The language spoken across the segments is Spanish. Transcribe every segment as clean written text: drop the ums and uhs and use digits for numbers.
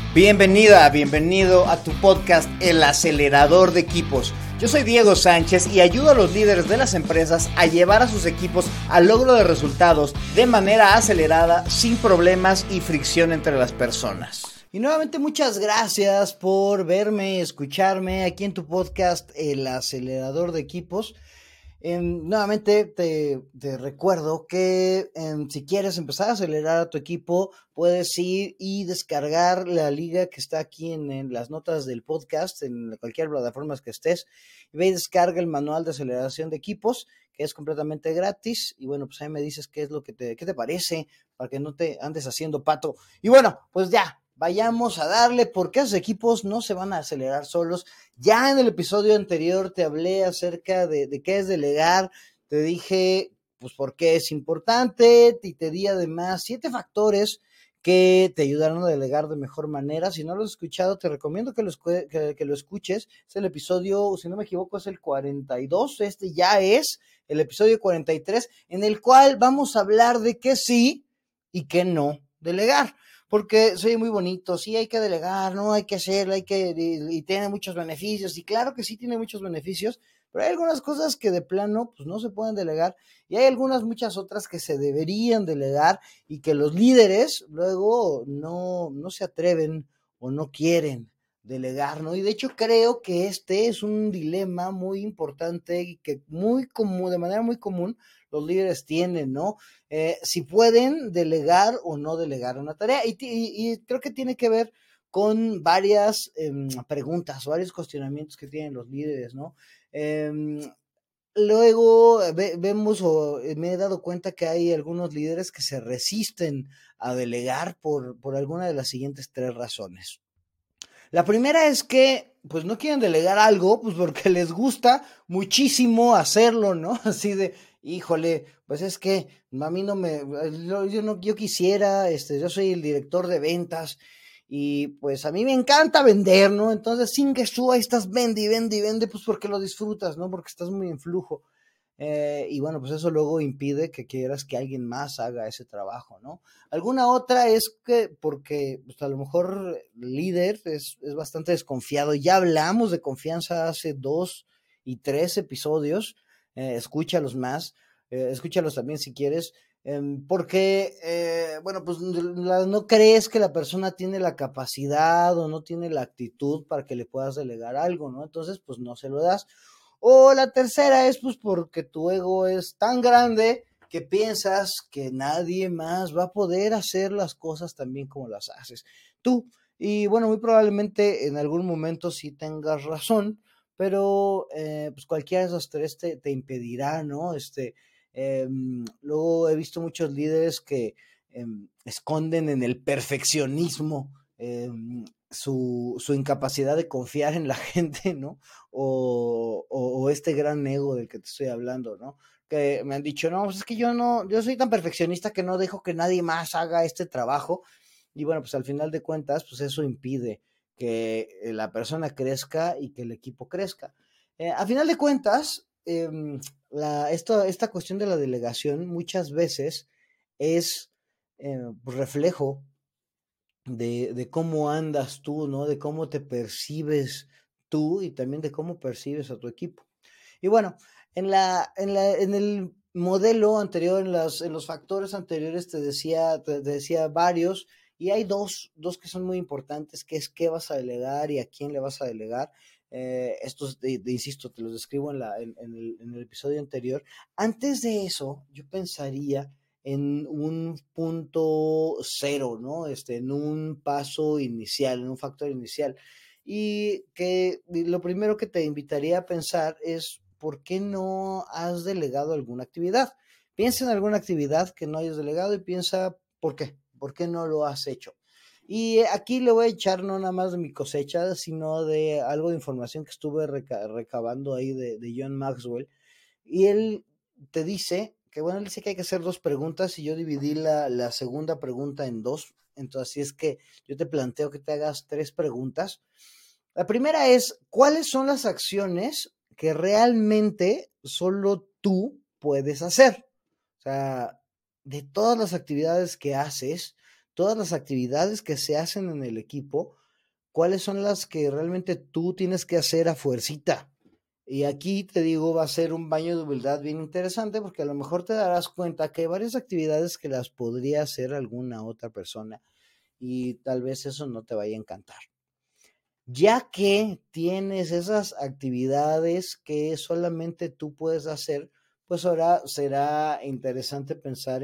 Bienvenido a tu podcast El Acelerador de Equipos. Yo soy Diego Sánchez y ayudo a los líderes de las empresas a llevar a sus equipos al logro de resultados de manera acelerada, sin problemas y fricción entre las personas. Y nuevamente muchas gracias por verme, escucharme aquí en tu podcast El Acelerador de Equipos. Nuevamente te recuerdo que si quieres empezar a acelerar a tu equipo, puedes ir y descargar la liga que está aquí en las notas del podcast, en cualquier plataforma que estés, y ve y descarga el manual de aceleración de equipos, que es completamente gratis. Y bueno, pues ahí me dices qué te parece, para que no te andes haciendo pato. Y bueno, pues ya, vayamos a darle, porque esos equipos no se van a acelerar solos. Ya en el episodio anterior te hablé acerca de qué es delegar, te dije pues por qué es importante y te di además 7 factores que te ayudarán a delegar de mejor manera. Si no lo has escuchado, te recomiendo que lo escuches. Es el episodio, si no me equivoco, es el 42, este ya es el episodio 43, en el cual vamos a hablar de qué sí y qué no delegar. Porque soy muy bonito, sí hay que delegar, no hay que hacerlo, y tiene muchos beneficios, y claro que sí tiene muchos beneficios, pero hay algunas cosas que de plano pues no se pueden delegar, y hay muchas otras que se deberían delegar, y que los líderes luego no se atreven o no quieren delegar, ¿no? Y de hecho creo que este es un dilema muy importante y que muy común, de manera muy común, los líderes tienen, ¿no? Si pueden delegar o no delegar una tarea. Y creo que tiene que ver con varias preguntas, varios cuestionamientos que tienen los líderes, ¿no? Luego vemos o me he dado cuenta que hay algunos líderes que se resisten a delegar por alguna de las siguientes 3 razones. La primera es que pues no quieren delegar algo, pues porque les gusta muchísimo hacerlo, ¿no? Así de, híjole, pues es que a mí no me, yo quisiera, yo soy el director de ventas y pues a mí me encanta vender, ¿no? Entonces, sin que tú ahí estás vende, pues porque lo disfrutas, ¿no? Porque estás muy en flujo. Y bueno, pues eso luego impide que quieras que alguien más haga ese trabajo, ¿no? Alguna otra es que porque pues, a lo mejor el líder es bastante desconfiado. Ya hablamos de confianza hace 2 y 3 episodios. Escúchalos más, escúchalos también si quieres, porque, bueno, pues no crees que la persona tiene la capacidad o no tiene la actitud para que le puedas delegar algo, ¿no? Entonces, pues no se lo das. O la tercera es pues porque tu ego es tan grande que piensas que nadie más va a poder hacer las cosas tan bien como las haces tú. Y bueno, muy probablemente en algún momento sí tengas razón, pero pues cualquiera de esos 3 te impedirá, ¿no? Luego he visto muchos líderes que esconden en el perfeccionismo su incapacidad de confiar en la gente, ¿no? O este gran ego del que te estoy hablando, ¿no? Que me han dicho, no, pues es que yo soy tan perfeccionista que no dejo que nadie más haga este trabajo. Y bueno, pues al final de cuentas, pues eso impide que la persona crezca y que el equipo crezca. A final de cuentas, esta cuestión de la delegación muchas veces es reflejo de cómo andas tú, ¿no? De cómo te percibes tú y también de cómo percibes a tu equipo. Y bueno, en el modelo anterior, en los factores anteriores te decía varios, y hay dos que son muy importantes, que es qué vas a delegar y a quién le vas a delegar. Estos, insisto, te los describo en el episodio anterior. Antes de eso, yo pensaría en un punto cero, ¿no? En un paso inicial, en un factor inicial. Y que lo primero que te invitaría a pensar es, ¿por qué no has delegado alguna actividad? Piensa en alguna actividad que no hayas delegado y piensa, ¿por qué? ¿Por qué no lo has hecho? Y aquí le voy a echar no nada más de mi cosecha, sino de algo de información que estuve recabando ahí de John Maxwell. Y él te dice que, bueno, él dice que hay que hacer 2 preguntas y yo dividí la segunda pregunta en 2. Entonces, así es que yo te planteo que te hagas 3 preguntas. La primera es, ¿cuáles son las acciones que realmente solo tú puedes hacer? O sea, de todas las actividades que haces, todas las actividades que se hacen en el equipo, cuáles son las que realmente tú tienes que hacer a fuercita. Y aquí te digo, va a ser un baño de humildad bien interesante porque a lo mejor te darás cuenta que hay varias actividades que las podría hacer alguna otra persona y tal vez eso no te vaya a encantar. Ya que tienes esas actividades que solamente tú puedes hacer, pues ahora será interesante pensar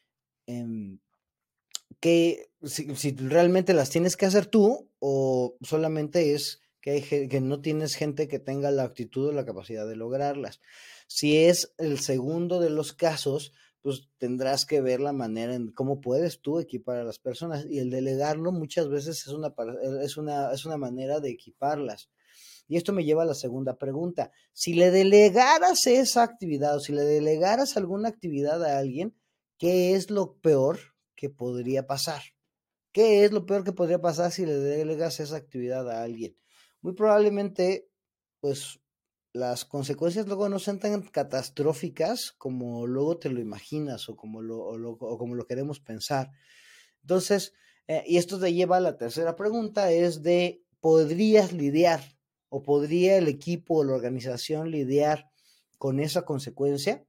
en que si realmente las tienes que hacer tú o solamente es que, que no tienes gente que tenga la actitud o la capacidad de lograrlas. Si es el segundo de los casos, pues tendrás que ver la manera en cómo puedes tú equipar a las personas y el delegarlo muchas veces es una manera de equiparlas. Y esto me lleva a la segunda pregunta. Si le delegaras esa actividad o si le delegaras alguna actividad a alguien, ¿qué es lo peor que podría pasar? ¿Qué es lo peor que podría pasar si le delegas esa actividad a alguien? Muy probablemente, pues, las consecuencias luego no sean tan catastróficas como luego te lo imaginas o como lo queremos pensar. Entonces, y esto te lleva a la tercera pregunta, es de, ¿podrías lidiar o podría el equipo o la organización lidiar con esa consecuencia?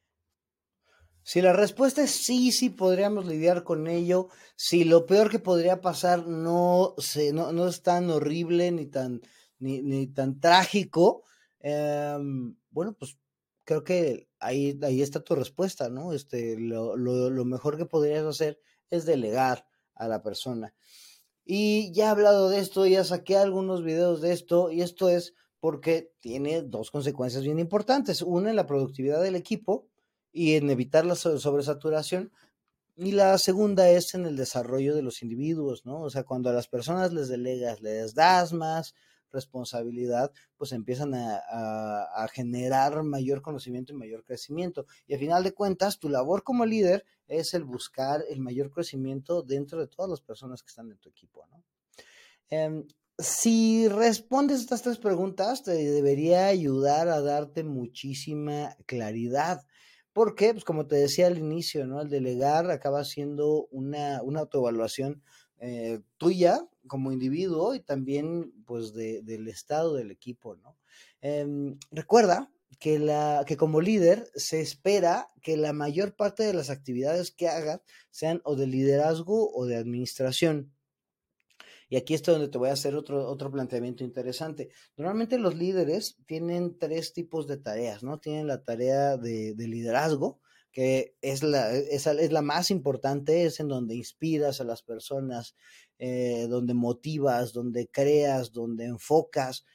Si la respuesta es sí, sí podríamos lidiar con ello. Si lo peor que podría pasar no es tan horrible ni tan trágico, bueno, pues creo que ahí está tu respuesta, ¿no? Lo mejor que podrías hacer es delegar a la persona. Y ya he hablado de esto, ya saqué algunos videos de esto, y esto es porque tiene dos consecuencias bien importantes. Una en la productividad del equipo y en evitar la sobresaturación, y la segunda es en el desarrollo de los individuos, ¿no? O sea, cuando a las personas les delegas, les das más responsabilidad, pues empiezan a generar mayor conocimiento y mayor crecimiento. Y al final de cuentas, tu labor como líder es el buscar el mayor crecimiento dentro de todas las personas que están en tu equipo, ¿no? Eh, si respondes estas tres preguntas, te debería ayudar a darte muchísima claridad. Porque, pues como te decía al inicio, ¿no? El delegar acaba siendo una autoevaluación tuya como individuo y también, pues, del estado del equipo, ¿no? Recuerda que como líder se espera que la mayor parte de las actividades que hagas sean o de liderazgo o de administración. Y aquí es donde te voy a hacer otro planteamiento interesante. Normalmente los líderes tienen tres tipos de tareas, ¿no? Tienen la tarea de liderazgo, que es la más importante, es en donde inspiras a las personas, donde motivas, donde creas, donde enfocas.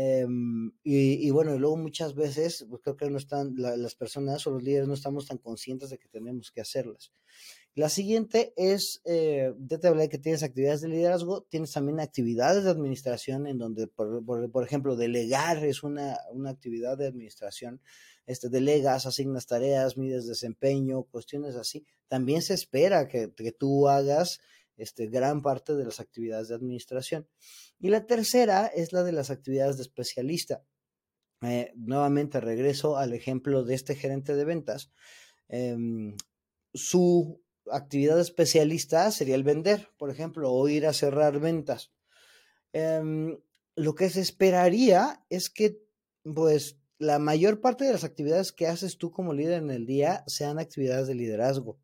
Y bueno, y luego muchas veces, pues creo que no están, las personas o los líderes no estamos tan conscientes de que tenemos que hacerlas. La siguiente es, ya te hablé de que tienes actividades de liderazgo, tienes también actividades de administración en donde, por ejemplo, delegar es una actividad de administración, delegas, asignas tareas, mides desempeño, cuestiones así. También se espera que tú hagas gran parte de las actividades de administración. Y la tercera es la de las actividades de especialista. Nuevamente regreso al ejemplo de este gerente de ventas. Su actividad especialista sería el vender, por ejemplo, o ir a cerrar ventas. Lo que se esperaría es que, pues, la mayor parte de las actividades que haces tú como líder en el día sean actividades de liderazgo.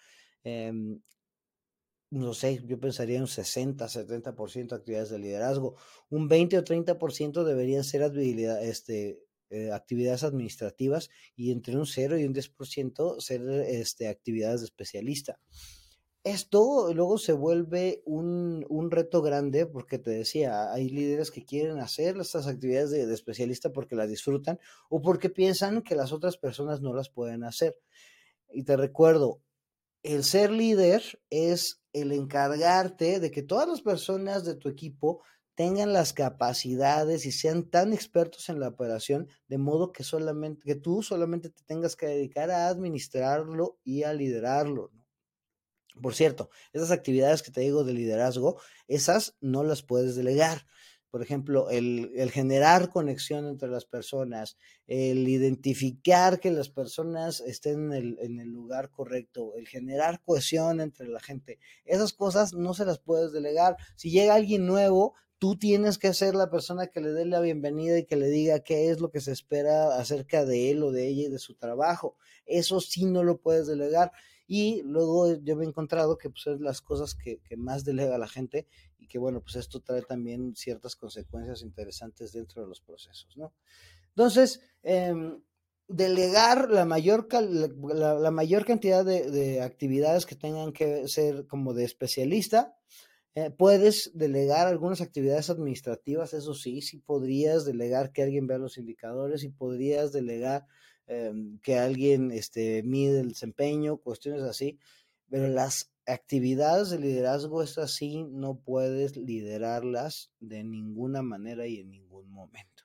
No sé, yo pensaría un 60, 70% actividades de liderazgo. Un 20 o 30% deberían ser actividades administrativas y entre un 0 y un 10% ser actividades de especialista. Esto luego se vuelve un reto grande porque te decía, hay líderes que quieren hacer estas actividades de especialista porque las disfrutan o porque piensan que las otras personas no las pueden hacer. Y te recuerdo, el ser líder es el encargarte de que todas las personas de tu equipo tengan las capacidades y sean tan expertos en la operación, de modo que tú solamente te tengas que dedicar a administrarlo y a liderarlo, ¿no? Por cierto, esas actividades que te digo de liderazgo, esas no las puedes delegar. Por ejemplo, el generar conexión entre las personas, el identificar que las personas estén en el lugar correcto, el generar cohesión entre la gente, esas cosas no se las puedes delegar. Si llega alguien nuevo, tú tienes que ser la persona que le dé la bienvenida y que le diga qué es lo que se espera acerca de él o de ella y de su trabajo. Eso sí no lo puedes delegar. Y luego yo me he encontrado que pues es las cosas que más delega la gente y que bueno, pues esto trae también ciertas consecuencias interesantes dentro de los procesos, ¿no? Entonces, delegar la mayor cantidad de actividades que tengan que ser como de especialista. Puedes delegar algunas actividades administrativas, eso sí, sí podrías delegar que alguien vea los indicadores y podrías delegar que alguien mide el desempeño, cuestiones así, pero las actividades de liderazgo, estas sí no puedes liderarlas de ninguna manera y en ningún momento.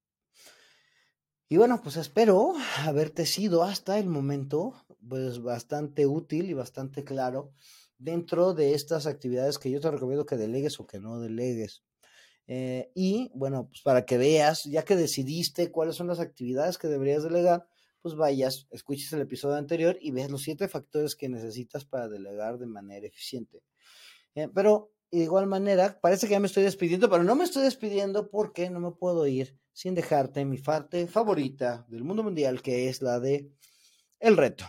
Y bueno, pues espero haberte sido hasta el momento pues bastante útil y bastante claro dentro de estas actividades que yo te recomiendo que delegues o que no delegues. Y bueno, pues para que veas, ya que decidiste cuáles son las actividades que deberías delegar, pues vayas, escuches el episodio anterior y veas los 7 factores que necesitas para delegar de manera eficiente. Pero de igual manera, parece que ya me estoy despidiendo, pero no me estoy despidiendo porque no me puedo ir sin dejarte mi parte favorita del mundo mundial, que es la de el reto.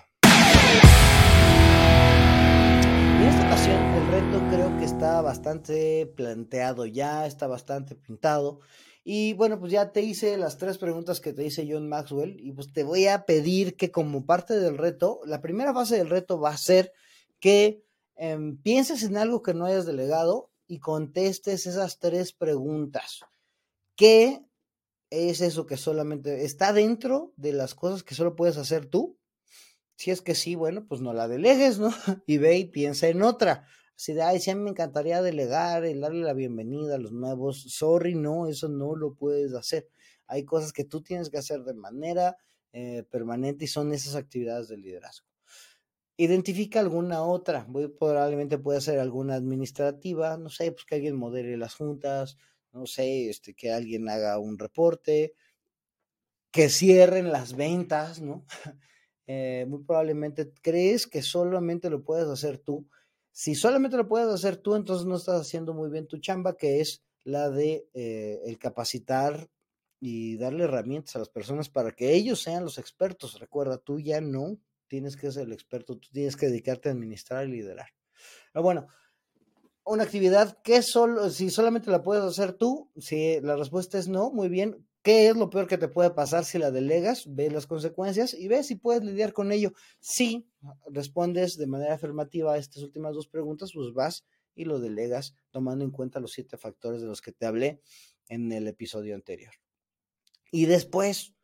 Y en esta ocasión, el reto creo que está bastante planteado ya, está bastante pintado. Y bueno, pues ya te hice las 3 preguntas que te hice John Maxwell y pues te voy a pedir que como parte del reto, la primera fase del reto va a ser que pienses en algo que no hayas delegado y contestes esas 3 preguntas. ¿Qué es eso que solamente está dentro de las cosas que solo puedes hacer tú? Si es que sí, bueno, pues no la delegues, ¿no? Y ve y piensa en otra. Así de, ay, sí, a mí me encantaría delegar, el darle la bienvenida a los nuevos. Sorry, no, eso no lo puedes hacer. Hay cosas que tú tienes que hacer de manera permanente y son esas actividades de liderazgo. Identifica alguna otra. Probablemente puede ser alguna administrativa, no sé, pues que alguien modere las juntas, no sé, que alguien haga un reporte, que cierren las ventas, ¿no? Muy probablemente crees que solamente lo puedes hacer tú. Si solamente lo puedes hacer tú, entonces no estás haciendo muy bien tu chamba, que es la de el capacitar y darle herramientas a las personas para que ellos sean los expertos. Recuerda, tú ya no tienes que ser el experto, tú tienes que dedicarte a administrar y liderar. Pero bueno, una actividad que si solamente la puedes hacer tú, si la respuesta es no, muy bien. ¿Qué es lo peor que te puede pasar si la delegas? Ve las consecuencias y ve si puedes lidiar con ello. Si respondes de manera afirmativa a estas últimas 2 preguntas, pues vas y lo delegas tomando en cuenta los 7 factores de los que te hablé en el episodio anterior. Y después,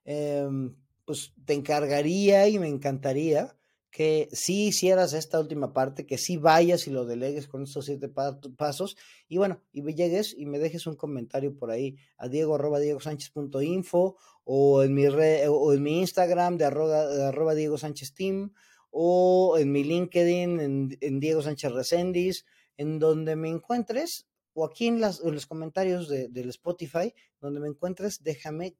pues te encargaría y me encantaría que sí hicieras esta última parte, que sí vayas y lo delegues con estos 7 pasos y bueno, y me llegues y me dejes un comentario por ahí a diego@diegosanchez.info o en o en mi Instagram de arroba Diego Sánchez Team o en mi LinkedIn en Diego Sánchez Recendis, en donde me encuentres o aquí en los comentarios del Spotify, donde me encuentres, déjame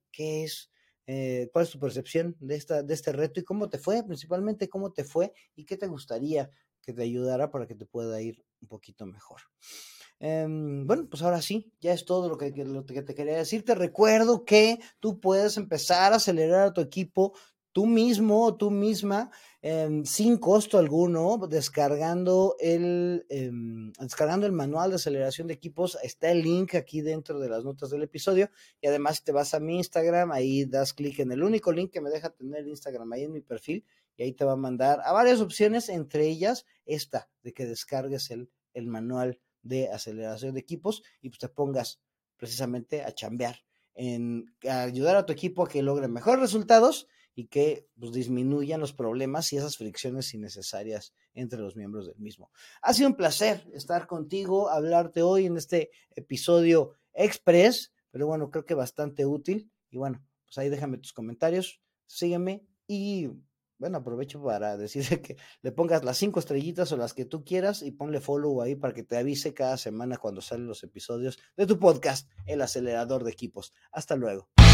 cuál es tu percepción de este reto y cómo te fue, principalmente cómo te fue y qué te gustaría que te ayudara para que te pueda ir un poquito mejor. Bueno, pues ahora sí, ya es todo lo que te quería decir. Te recuerdo que tú puedes empezar a acelerar a tu equipo tú mismo o tú misma sin costo alguno, descargando el manual de aceleración de equipos. Está el link aquí dentro de las notas del episodio y además si te vas a mi Instagram, ahí das clic en el único link que me deja tener Instagram ahí en mi perfil y ahí te va a mandar a varias opciones, entre ellas esta de que descargues el manual de aceleración de equipos y pues te pongas precisamente a chambear a ayudar a tu equipo a que logre mejores resultados y que pues, disminuyan los problemas y esas fricciones innecesarias entre los miembros del mismo. Ha sido un placer estar contigo, hablarte hoy en este episodio express, pero bueno, creo que bastante útil. Y bueno, pues ahí déjame tus comentarios, sígueme y bueno, aprovecho para decirte que le pongas las 5 estrellitas o las que tú quieras y ponle follow ahí para que te avise cada semana cuando salen los episodios de tu podcast, El Acelerador de Equipos. Hasta luego.